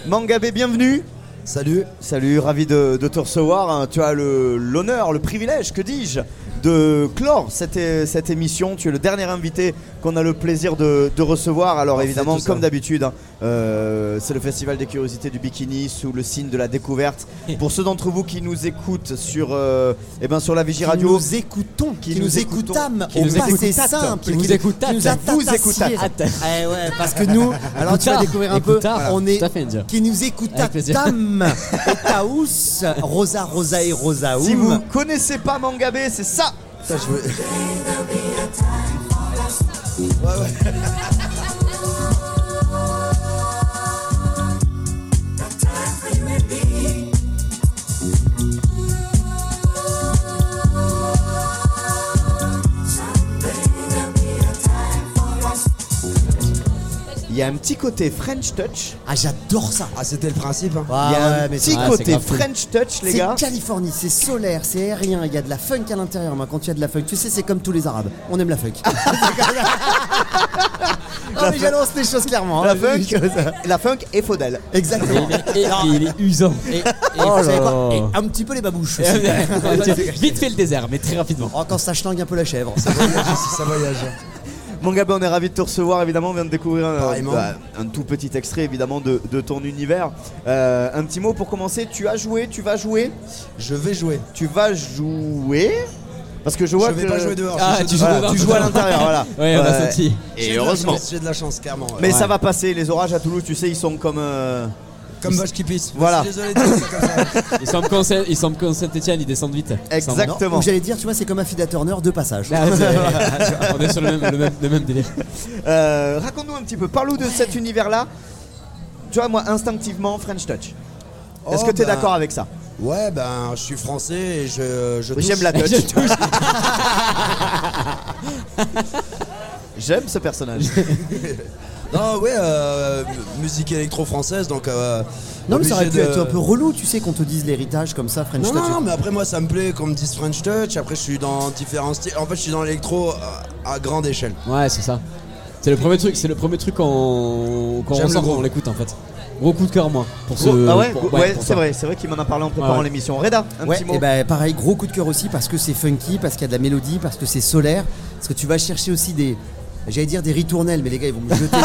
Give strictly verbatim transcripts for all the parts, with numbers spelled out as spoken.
Mangabé, bienvenue. Salut. Salut, ravi de, de te recevoir. Tu as le, l'honneur, le privilège, que dis-je, de clore cette, cette émission. Tu es le dernier invité qu'on a le plaisir de, de recevoir. Alors parfait, évidemment, comme d'habitude, hein, euh, c'est le Festival des Curiosités du Bikini sous le signe de la découverte. Pour ceux d'entre vous qui nous écoutent sur, euh, eh ben sur la Vigie Radio, qui nous écoutons, qui, qui nous, nous écoutâmes, qui nous passé simple, qui nous écoutent, qui nous vous écoutez. Eh ouais, parce que nous, alors tu vas découvrir un peu, on est, qui nous écoutâmes, et taous, rosa, rosa et rosaoum. Si vous connaissez pas Mangabé, c'est ça. Ça je veux. Ouais, ouais. Il y a un petit côté French Touch. Ah, j'adore ça. Ah, c'était le principe. Hein. Ah, il y a un ouais, petit ah, côté French Touch, les gars. C'est Californie, c'est solaire, c'est aérien. Il y a de la funk à l'intérieur. Moi, quand il y a de la funk, tu sais, c'est comme tous les Arabes. On aime la funk. Non, mais j'annonce les choses clairement. La hein, funk, la funk et Faudel. Exactement. Et, et, et il est usant. Et, et, oh vous savez quoi et un petit peu les babouches aussi. Vite fait le désert, mais très rapidement. Oh, quand ça schlingue un peu la chèvre. Ça voyage, ça voyage. Mangabé, on est ravis de te recevoir, évidemment. On vient de découvrir un, bah, un tout petit extrait, évidemment, de, de ton univers. Euh, un petit mot pour commencer. Tu as joué, tu vas jouer. Je vais jouer. Tu vas jouer. Parce que je vois je vais que... pas jouer dehors. Ah, je tu, joues, joues voilà, tu joues à l'intérieur, voilà. Ouais, on a senti. Et heureusement. J'ai de la chance, clairement. Ouais. Mais ouais. ça va passer. Les orages à Toulouse, tu sais, ils sont comme. Euh... Comme vache qui pisse. Voilà. Je suis désolé de dire ça comme ça. Ils semblent qu'en Saint- ils semblent qu'en Saint-Etienne, ils descendent vite. Exactement. Donc j'allais dire, tu vois, c'est comme un Fida Turner, deux passages. Ah, on est sur le même, le même, le même délire. Euh, raconte-nous un petit peu. Parle-nous de ouais. cet univers-là. Tu vois, moi, instinctivement, French Touch. Oh, Est-ce que tu es ben... d'accord avec ça? Ouais, ben, je suis français et je, je oui, touche. J'aime la touch. J'aime ce personnage. Non, ouais, euh, musique électro-française, donc. Euh, non, mais ça aurait pu de... être un peu relou, tu sais, qu'on te dise l'héritage comme ça, French non, Touch. Non, non, mais après, moi, ça me plaît qu'on me dise French Touch. Après, je suis dans différents styles. En fait, je suis dans l'électro à, à grande échelle. Ouais, c'est ça. C'est le premier truc, c'est le premier truc qu'on qu'on ressent quand on l'écoute, en fait. Gros coup de cœur, moi. Pour ce, ah ouais, pour, ouais, ouais c'est vrai, c'est vrai qu'il m'en a parlé en préparant ouais. l'émission. Reda, un ouais, petit mot. Et bah, pareil, gros coup de cœur aussi parce que c'est funky, parce qu'il y a de la mélodie, parce que c'est solaire, parce que tu vas chercher aussi des. J'allais dire des ritournelles, mais les gars ils vont me jeter.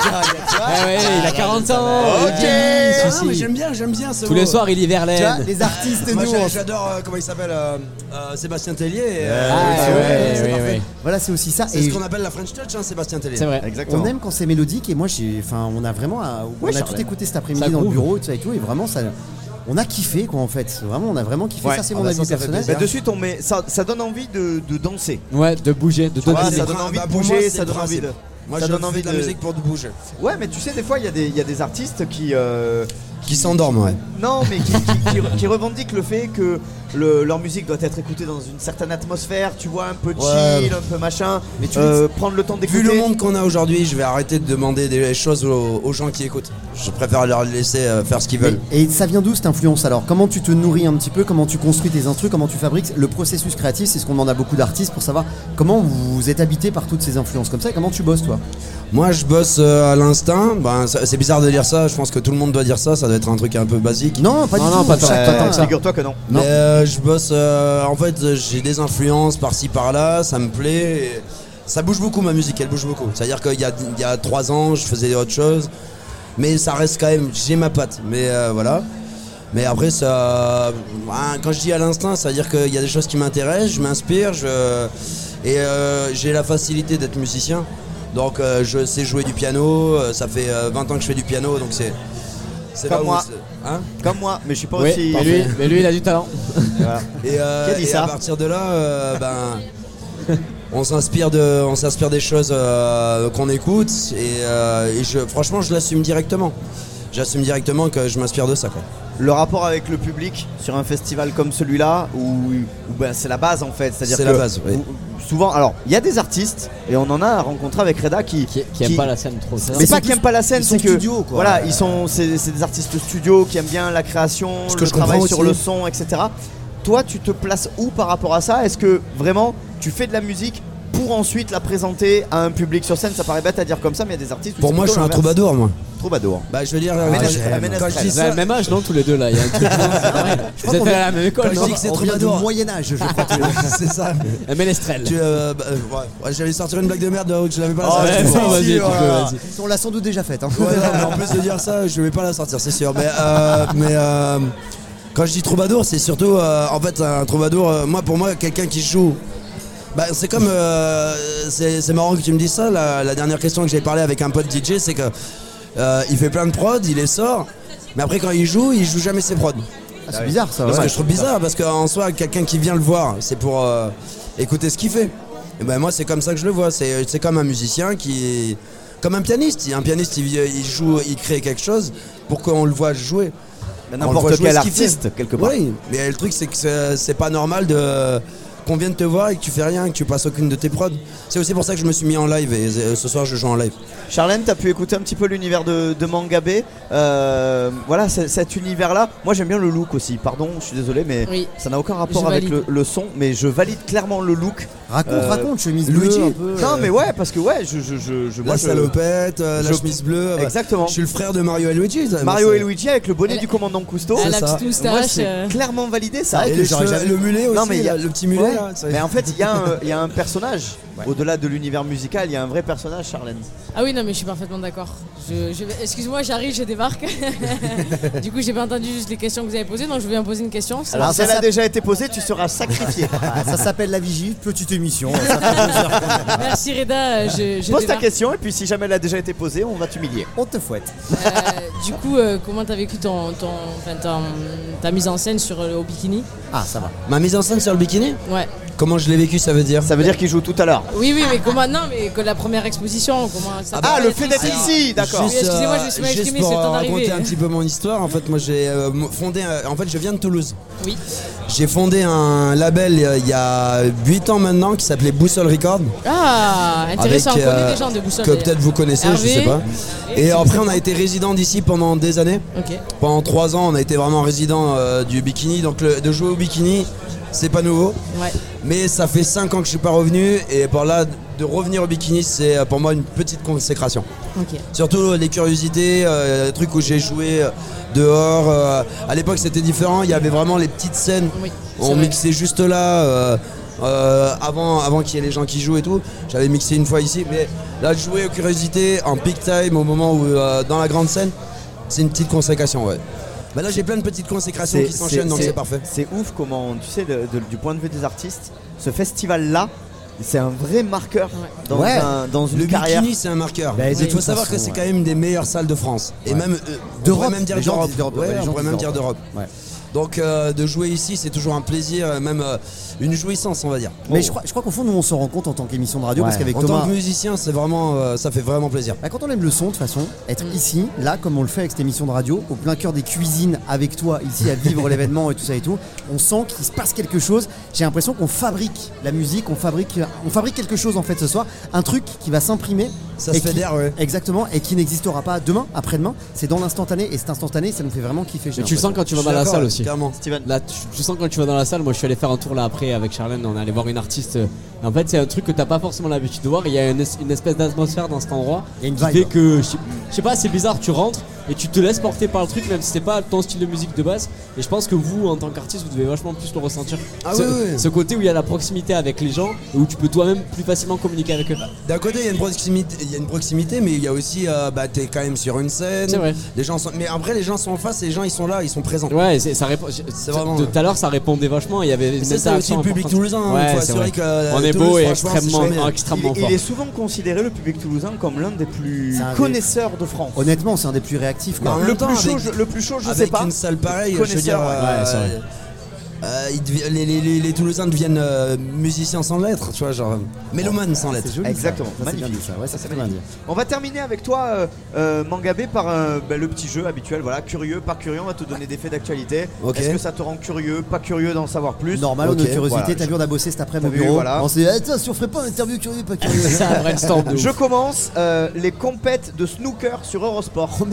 Ah ouais, il a quarante ans. Ok. Ah non, mais j'aime bien, j'aime bien ce tous les soirs il y Verlaine. Les artistes, moi, nous. J'adore euh, comment il s'appelle, euh, euh, Sébastien Tellier. Et, euh, ah ouais, ouais, ouais, ouais, ouais. Voilà, c'est aussi ça. C'est et ce qu'on appelle la French Touch, hein, Sébastien Tellier. C'est vrai, exactement. On aime quand c'est mélodique et moi j'ai, enfin, on a vraiment, on ouais, a tout écouté cet après-midi dans le bureau et tout ça et tout et vraiment ça. On a kiffé quoi en fait, vraiment on a vraiment kiffé, ouais. ça c'est mon avis personnel. Bah, de suite on met, ça, ça donne envie de, de danser. Ouais, de bouger, de donner. Ça donne envie de bouger, ça donne envie de... Moi ça je donne fais envie de la de... musique pour de bouger. Ouais mais tu sais des fois il y, y a des artistes qui... Euh, qui s'endorment ouais. Non mais qui, qui, qui, qui revendiquent le fait que le, leur musique doit être écoutée dans une certaine atmosphère, tu vois, un peu chill, ouais. un peu machin, mais tu euh, dis, prendre le temps d'écouter. Vu le monde qu'on a aujourd'hui, je vais arrêter de demander des choses aux, aux gens qui écoutent. Je préfère leur laisser faire ce qu'ils veulent. Et, et ça vient d'où cette influence alors? Comment tu te nourris un petit peu? Comment tu construis tes instrus? Comment tu fabriques? Le processus créatif, c'est ce qu'on demande à beaucoup d'artistes pour savoir comment vous êtes habité par toutes ces influences comme ça et comment tu bosses toi? Moi je bosse à l'instinct, ben, c'est bizarre de dire ça, je pense que tout le monde doit dire ça, ça doit être un truc un peu basique. Non, pas non, du non, tout. pas tant euh, que ça. Figure-toi que non. non. Mais, euh, je bosse, euh, en fait j'ai des influences par-ci par-là, ça me plaît. Et ça bouge beaucoup ma musique, elle bouge beaucoup. C'est-à-dire qu'il y a, il y a trois ans je faisais autre chose, mais ça reste quand même, j'ai ma patte. Mais euh, voilà. Mais après ça, quand je dis à l'instinct, c'est-à-dire qu'il y a des choses qui m'intéressent, je m'inspire, je, et euh, j'ai la facilité d'être musicien. Donc euh, je sais jouer du piano, euh, ça fait euh, vingt ans que je fais du piano, donc c'est... c'est comme moi, hein, comme moi, mais je suis pas oui, aussi... Mais lui, mais lui il a du talent. Voilà. Et, euh, Qui a dit et ça à partir de là, euh, ben, on s'inspire de, on s'inspire des choses euh, qu'on écoute et, euh, et je, franchement je l'assume directement. J'assume directement que je m'inspire de ça quoi. Le rapport avec le public sur un festival comme celui-là, où, où ben, c'est la base en fait, c'est-à-dire c'est que la base, oui. où, souvent, alors il y a des artistes et on en a rencontré avec Reda qui qui, qui, qui aiment pas la scène trop. Mais pas qui aiment pas la scène, c'est que studio, quoi. Voilà, ils sont, c'est, c'est des artistes studio qui aiment bien la création, ce le travail sur le son, et cetera. Toi, tu te places où par rapport à ça? Est-ce que vraiment tu fais de la musique pour ensuite la présenter à un public sur scène. Ça paraît bête à dire comme ça, mais il y a des artistes. Pour moi, je suis un troubadour, moi. Troubadour. Bah, je veux dire, Ah, quand, ménage- je, ah, ménage- quand je dis Vous avez ça, le même âge, non, tous les deux là. Il y a un truc. Vous êtes à la même école, Quand je non dis que c'est On vient du troubadour. Moyen-Âge, je crois. c'est ça. Un ménestrel. Tu, euh, bah, euh, ouais. Ouais, j'allais sortir une blague de merde, euh, je l'avais pas la Oh, sortir. ouais, Bon, non, vas-y, si, tu peux, voilà. vas-y. On l'a sans doute déjà faite. Hein. Ouais, non, mais en plus de dire ça, je vais pas la sortir, c'est sûr. Mais, euh, mais euh, quand je dis troubadour, c'est surtout, euh, en fait, un troubadour. euh, moi, pour moi, quelqu'un qui joue. Bah, c'est comme, euh, c'est, c'est marrant que tu me dises ça. La, la dernière question que j'ai parlé avec un pote D J, c'est que euh, il fait plein de prods, il les sort, mais après quand il joue, il joue jamais ses prods. Ah, c'est bizarre ça. Parce ouais. que je trouve bizarre, parce qu'en soi, quelqu'un qui vient le voir, c'est pour euh, écouter ce qu'il fait. Et ben moi, c'est comme ça que je le vois. C'est, c'est comme un musicien qui, comme un pianiste. Un pianiste, il, il joue, il crée quelque chose pour qu'on le voit jouer. Mais On le n'importe voit jouer quel ce qu'il artiste, fait. quelque part. Oui, mais le truc, c'est que c'est, c'est pas normal de qu'on vienne te voir et que tu fais rien, que tu passes aucune de tes prods. C'est aussi pour ça que je me suis mis en live et euh, ce soir je joue en live. Charlène, t'as pu écouter un petit peu l'univers de, de Mangabé. Euh, voilà, c- cet univers-là. Moi, j'aime bien le look aussi. Pardon, je suis désolé, mais Oui. ça n'a aucun rapport Je avec le, valide. le son. Mais je valide clairement le look. Raconte, Euh, raconte, chemise Luigi. bleue un peu. Non, euh, mais ouais, parce que ouais, je, je, je, je- moi, La je- salopette, euh, la je- chemise bleue. bah, Exactement. Je suis le frère de Mario et Luigi. ça, Mario moi, et ça- Luigi avec le bonnet Elle- du commandant Cousteau. Elle a ça. la petite Moi, moustache. c'est euh, clairement validé ça. Ouais, Et que les j'aurais cheveux- jamais- le mulet aussi, Non, mais il y a- là, le petit mulet Ouais. là. ça- Mais en fait, il y, a un- il y a un personnage. Au-delà de l'univers musical, il y a un vrai personnage, Charlène. Ah oui, non, mais je suis parfaitement d'accord. Je, je vais- Excuse-moi, j'arrive, je débarque. Du coup, j'ai pas entendu juste les questions que vous avez posées, donc je vais en poser une question. C'est- Alors, Alors, si ça elle a s'appelle- déjà été posée, tu seras sacrifié. Ah, ça s'appelle La Vigie, petite émission. Ça fait deux heures qu'on- Merci Reda, euh, je, je Pose ta débarque. question et puis si jamais elle a déjà été posée, on va t'humilier. On te fouette. Euh, du coup, euh, comment t'as vécu ton, ton, enfin, ton- ta mise en scène sur le au bikini? Ah, ça va. Ma mise en scène sur le bikini, Ouais. comment je l'ai vécu, ça veut dire Ça veut dire qu'il joue tout à l'heure. Oui, oui, mais comment? Non, mais que la première exposition, comment ça Ah, peut le être fait d'être ici. ici, d'accord. Juste- excusez-moi, je me suis mal juste exprimé, pour c'est le temps euh, d'arriver. raconter un petit peu mon histoire. En fait, moi j'ai euh, mo- fondé. un- En fait, je viens de Toulouse. Oui. J'ai fondé un label euh, il y a huit ans maintenant qui s'appelait Boussole Record. Ah, intéressant, avec, on connaît euh, des gens de Boussole. que d'ailleurs. peut-être vous connaissez, je Hervé. sais pas. Et après, on a été résident d'ici pendant des années. Ok. Pendant trois ans, on a été vraiment résident euh, du bikini. Donc, le- de jouer au bikini, c'est pas nouveau. Ouais. Mais ça fait cinq ans que je suis pas revenu. Et par là, de revenir au bikini, c'est euh, pour moi une petite consécration. Ok. Surtout les curiosités, euh, les trucs où j'ai joué euh, dehors. euh, à l'époque, c'était différent. Il y avait vraiment les petites scènes. Oui. c'est On vrai. mixait juste là. euh, euh, avant avant qu'il y ait les gens qui jouent et tout. J'avais mixé une fois ici. Mais là, jouer aux curiosités en peak time, au moment où euh, dans la grande scène, c'est une petite consécration, ouais. Bah là, j'ai plein de petites consécrations qui s'enchaînent, donc c'est parfait. C'est ouf comment, tu sais, de- de- du point de vue des artistes, ce festival-là, c'est un vrai marqueur Ouais. dans, Ouais. un- dans une Le carrière. bikini, c'est un marqueur. Bah, Il de faut toute savoir façon, que c'est ouais. quand même une des meilleures salles de France. Et Ouais. même, euh, on D'Europe, pourrait même dire les gens d'Europe. disent d'Europe, Ouais, ouais, les on gens pourrait disent même dire d'Europe. d'Europe. Ouais. Donc euh, de jouer ici, c'est toujours un plaisir, euh, même euh, une jouissance, on va dire. Mais Oh. je crois, je crois qu'au fond, nous, on s'en rend compte en tant qu'émission de radio, Ouais. parce qu'avec En Thomas. tant que musicien, c'est vraiment, euh, ça fait vraiment plaisir. Bah, quand on aime le son, de toute façon, être ici, là, comme on le fait avec cette émission de radio, au plein cœur des cuisines, avec toi, ici, à vivre l'événement et tout ça et tout, on sent qu'il se passe quelque chose. J'ai l'impression qu'on fabrique la musique, on fabrique, on fabrique quelque chose en fait ce soir, un truc qui va s'imprimer. Ça et se qui- fédère, ouais. Exactement, et qui n'existera pas demain, après-demain. C'est dans l'instantané, et cet instantané, ça nous fait vraiment kiffer. j'ai Mais tu le sens l'impression. quand tu Je vas suis dans la d'accord, salle aussi. Clairement. Steven. Là, tu, tu sens quand tu vas dans la salle. Moi, je suis allé faire un tour là après avec Charlène. On est allé voir une artiste. euh, En fait, c'est un truc que t'as pas forcément l'habitude de voir. Il y a une, es- une espèce d'atmosphère dans cet endroit Il y a une qui vibe. fait que, je sais- je sais pas, c'est bizarre. Tu rentres et tu te laisses porter par le truc, même si c'est pas ton style de musique de base. Et je pense que vous, en tant qu'artiste, vous devez vachement plus le ressentir. Ah ce, oui, oui. ce côté où il y a la proximité avec les gens et où tu peux toi-même plus facilement communiquer avec eux. D'un côté, il y a une proximité, il y a une proximité, mais il y a aussi, euh, bah, t'es quand même sur une scène. C'est vrai. Les gens sont, mais après, les gens sont en face et les gens, ils sont là, ils sont présents. Ouais, c'est- ça répond. C'est vraiment- De tout à l'heure, ça répondait vachement. Il y avait une C'est ça aussi interaction le public importante. toulousain. hein, Ouais, faut c'est assurer vrai. que, euh, On est Toulouse, beau et franchement, c'est extrêmement, charmé. extrêmement Il, fort. il est souvent considéré, le public toulousain, comme l'un des plus C'est un des- connaisseurs de France. Honnêtement, c'est un des plus réactifs. quoi. Bah, en Le même temps, plus, chaud, avec- je, le plus chaud, je sais Avec pas. une salle pareille, je veux Connaisseur, dire, ouais. euh, Ouais, c'est vrai. euh, ils devi- les, les- les- les Toulousains deviennent euh, musiciens sans lettres, tu vois, genre mélomanes sans lettres. C'est joli. Exactement, ça. Ça, c'est bien magnifique. dit, ça. Ouais, ça, Ça, c'est c'est bien dit. On va terminer avec toi, euh, euh, Mangabé, par euh, bah, le petit jeu habituel. Voilà, curieux, pas curieux. On va te donner des faits d'actualité. Ok. Est-ce que ça te rend curieux, pas curieux d'en savoir plus? Normal, on Ok, a curiosité. voilà. T'as vu, on a bossé cet après-midi T'as au vu, bureau. voilà. On s'est dit, attends, si on ferait pas une interview curieux, pas curieux. C'est un brainstorm de ouf. Je commence euh, les compètes de snooker sur Eurosport. Oh merde.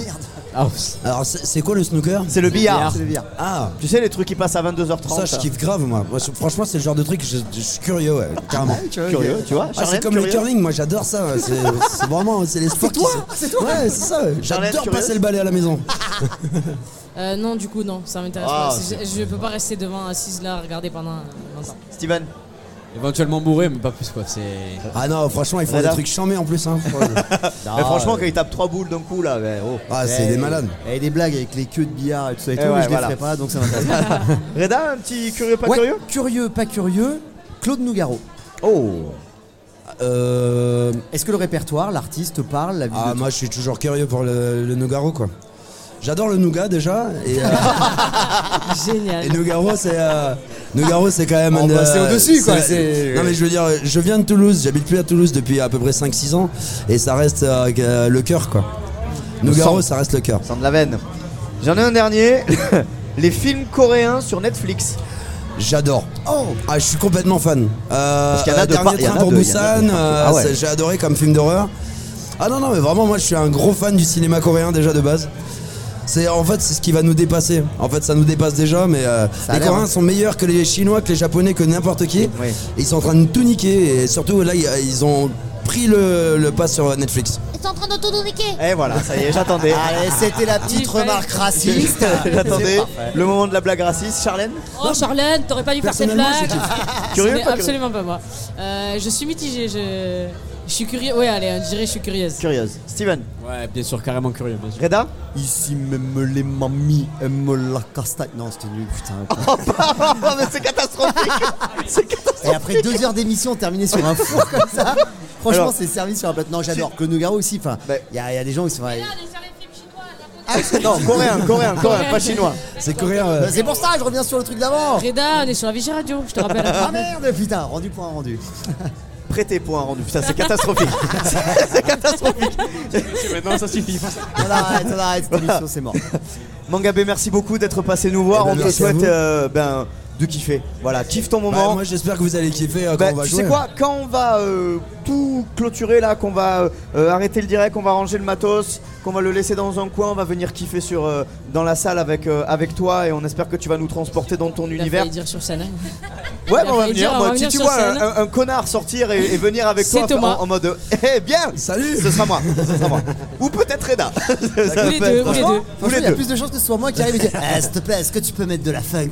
Ah, Alors c'est c'est quoi le snooker? C'est le billard. C'est le billard. Ah, Tu sais les trucs qui passent à vingt-deux heures trente. ça je kiffe grave moi. Moi, je- franchement c'est le genre de truc, je, je suis curieux, ouais, carrément. Curieux, tu vois. Ah, c'est Charlène, comme curieux. le curling, moi j'adore ça. ouais. C'est c'est vraiment, c'est les sports. toi, qui- Ouais, c'est ça. ouais. Charlène, J'adore curieuse passer le balai à la maison. Euh, non, du coup, non, ça m'intéresse Ah, pas. C'est- Je, je peux pas rester devant assise là, regarder pendant euh, longtemps. Steven. éventuellement mourir, mais pas plus quoi. C'est. Ah non, franchement, ils font Reda. des trucs chambés en plus. Hein. Mais franchement, quand il tape trois boules d'un coup là, ben, oh. Ah, c'est des malades. Et des blagues avec les queues de billard et tout ça et tout, Eh ouais, mais je voilà. les ferai pas donc ça m'intéresse pas. Reda, un petit curieux pas Ouais, curieux. curieux, pas curieux. Claude Nougaro. Oh. Euh... Est-ce que le répertoire, l'artiste parle, la vie Ah, de moi je suis toujours curieux pour le, le Nougaro quoi. J'adore le nougat déjà et, euh, Génial. et Nougaro c'est euh, Nougaro c'est quand même Oh, un, bah, c'est euh, au-dessus, quoi, c'est- c'est- Non mais je veux dire, je viens de Toulouse, j'habite plus à Toulouse depuis à peu près cinq six ans et ça reste euh, euh, le cœur quoi. Nougaro ça reste le cœur. Sans de la veine. J'en ai un dernier. Les films coréens sur Netflix. J'adore. Oh, Ah, je suis complètement fan. Euh, Parce qu'il y en a euh, de Dernier par- il y en train a pour de- il y en a de Busan, partout. euh, Ah ouais. c'est- j'ai adoré comme film d'horreur. Ah non non mais vraiment moi je suis un gros fan du cinéma coréen déjà de base. C'est en fait c'est ce qui va nous dépasser. En fait ça nous dépasse déjà mais euh, Ça a les l'air, Coréens hein. sont meilleurs que les Chinois, que les Japonais, que n'importe qui. Oui. Et ils sont en train de tout niquer et surtout là ils ils ont pris le, le pas sur Netflix. Ils sont en train de tout nous niquer. Et voilà, ça y est, j'attendais. allez, c'était la petite Il fait- remarque raciste. J'attendais C'est parfait. le moment de la blague raciste. Charlène. Oh Charlène, t'aurais pas dû faire cette Personnellement, blague. je Curieux, Ce n'est pas curieux absolument pas moi. Euh, je suis mitigée, je... je suis curieux. Ouais, allez, on dirait je suis curieuse. Curieuse. Steven. Ouais, bien sûr, carrément curieux, bien sûr. Reda. Ici même les mamies aiment la castagne. Non, c'était nul, putain. Oh, mais c'est catastrophique. C'est catastrophique. Et après deux heures d'émission terminé sur un four comme ça, franchement Alors, c'est servi sur un plateau. Non, j'adore. Claude Nougaro aussi. Enfin, il Bah. y, a- y a des gens qui sont. Ah, non, coréen, coréen, coréen, pas chinois. C'est coréen. euh, Bah, c'est pour ça, je reviens sur le truc d'avant. Reda, on est sur la Vigie Radio, je te rappelle. Ah merde, putain, rendu point rendu. Prêtez pour un rendu. Putain, c'est catastrophique. C'est catastrophique. Maintenant, ça suffit. On arrête, on arrête cette émission, c'est mort. Mangabé, merci beaucoup d'être passé nous voir. Eh ben, On te merci à souhaite vous. euh, ben, de kiffer. Voilà, kiffe ton bah, moment. moi j'espère que vous allez kiffer euh, quand Ben, on va tu jouer. sais quoi, quand on va euh, tout clôturer là, qu'on va euh, arrêter le direct, qu'on va ranger le matos, qu'on va le laisser dans un coin, on va venir kiffer sur, euh, dans la salle avec, euh, avec toi et on espère que tu vas nous transporter dans ton Il a univers. failli dire sur scène. hein. Ouais, il bah, a on va failli venir. dire, on Moi, va si venir tu sur vois scène. un, un- un connard sortir et, et venir avec C'est toi Thomas. en, en mode eh bien, Salut. ce sera moi, ce sera moi. Ou peut-être Reda. Ça Tous les peut être- deux, tous les franchement, deux. Vous Franchement, les il y a deux. plus de chances que ce soit moi qui arrive et dire eh, s'il te plaît, est-ce que tu peux mettre de la funk?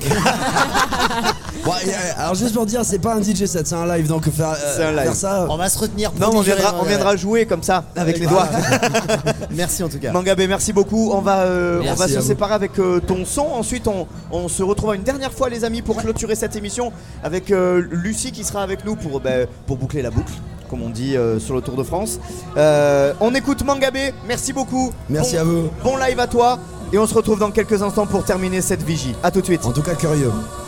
Bon, et, euh, alors juste pour dire, c'est pas un D J set, c'est un live donc faire, euh, C'est un live. faire ça. On va se retenir. Non, on promis, viendra, je- on viendra jouer comme ça avec les Voilà. doigts. Merci en tout cas. Mangabé, merci beaucoup. On va, euh, on Merci va à se vous. séparer avec euh, ton son. Ensuite, on, on se retrouvera une dernière fois, les amis, pour clôturer cette émission avec euh, Lucie qui sera avec nous pour, bah, pour boucler la boucle, comme on dit euh, sur le Tour de France. Euh, on écoute Mangabé. Merci beaucoup. Merci Bon- à vous. Bon live à toi. Et on se retrouve dans quelques instants pour terminer cette vigie. A tout de suite. En tout cas curieux.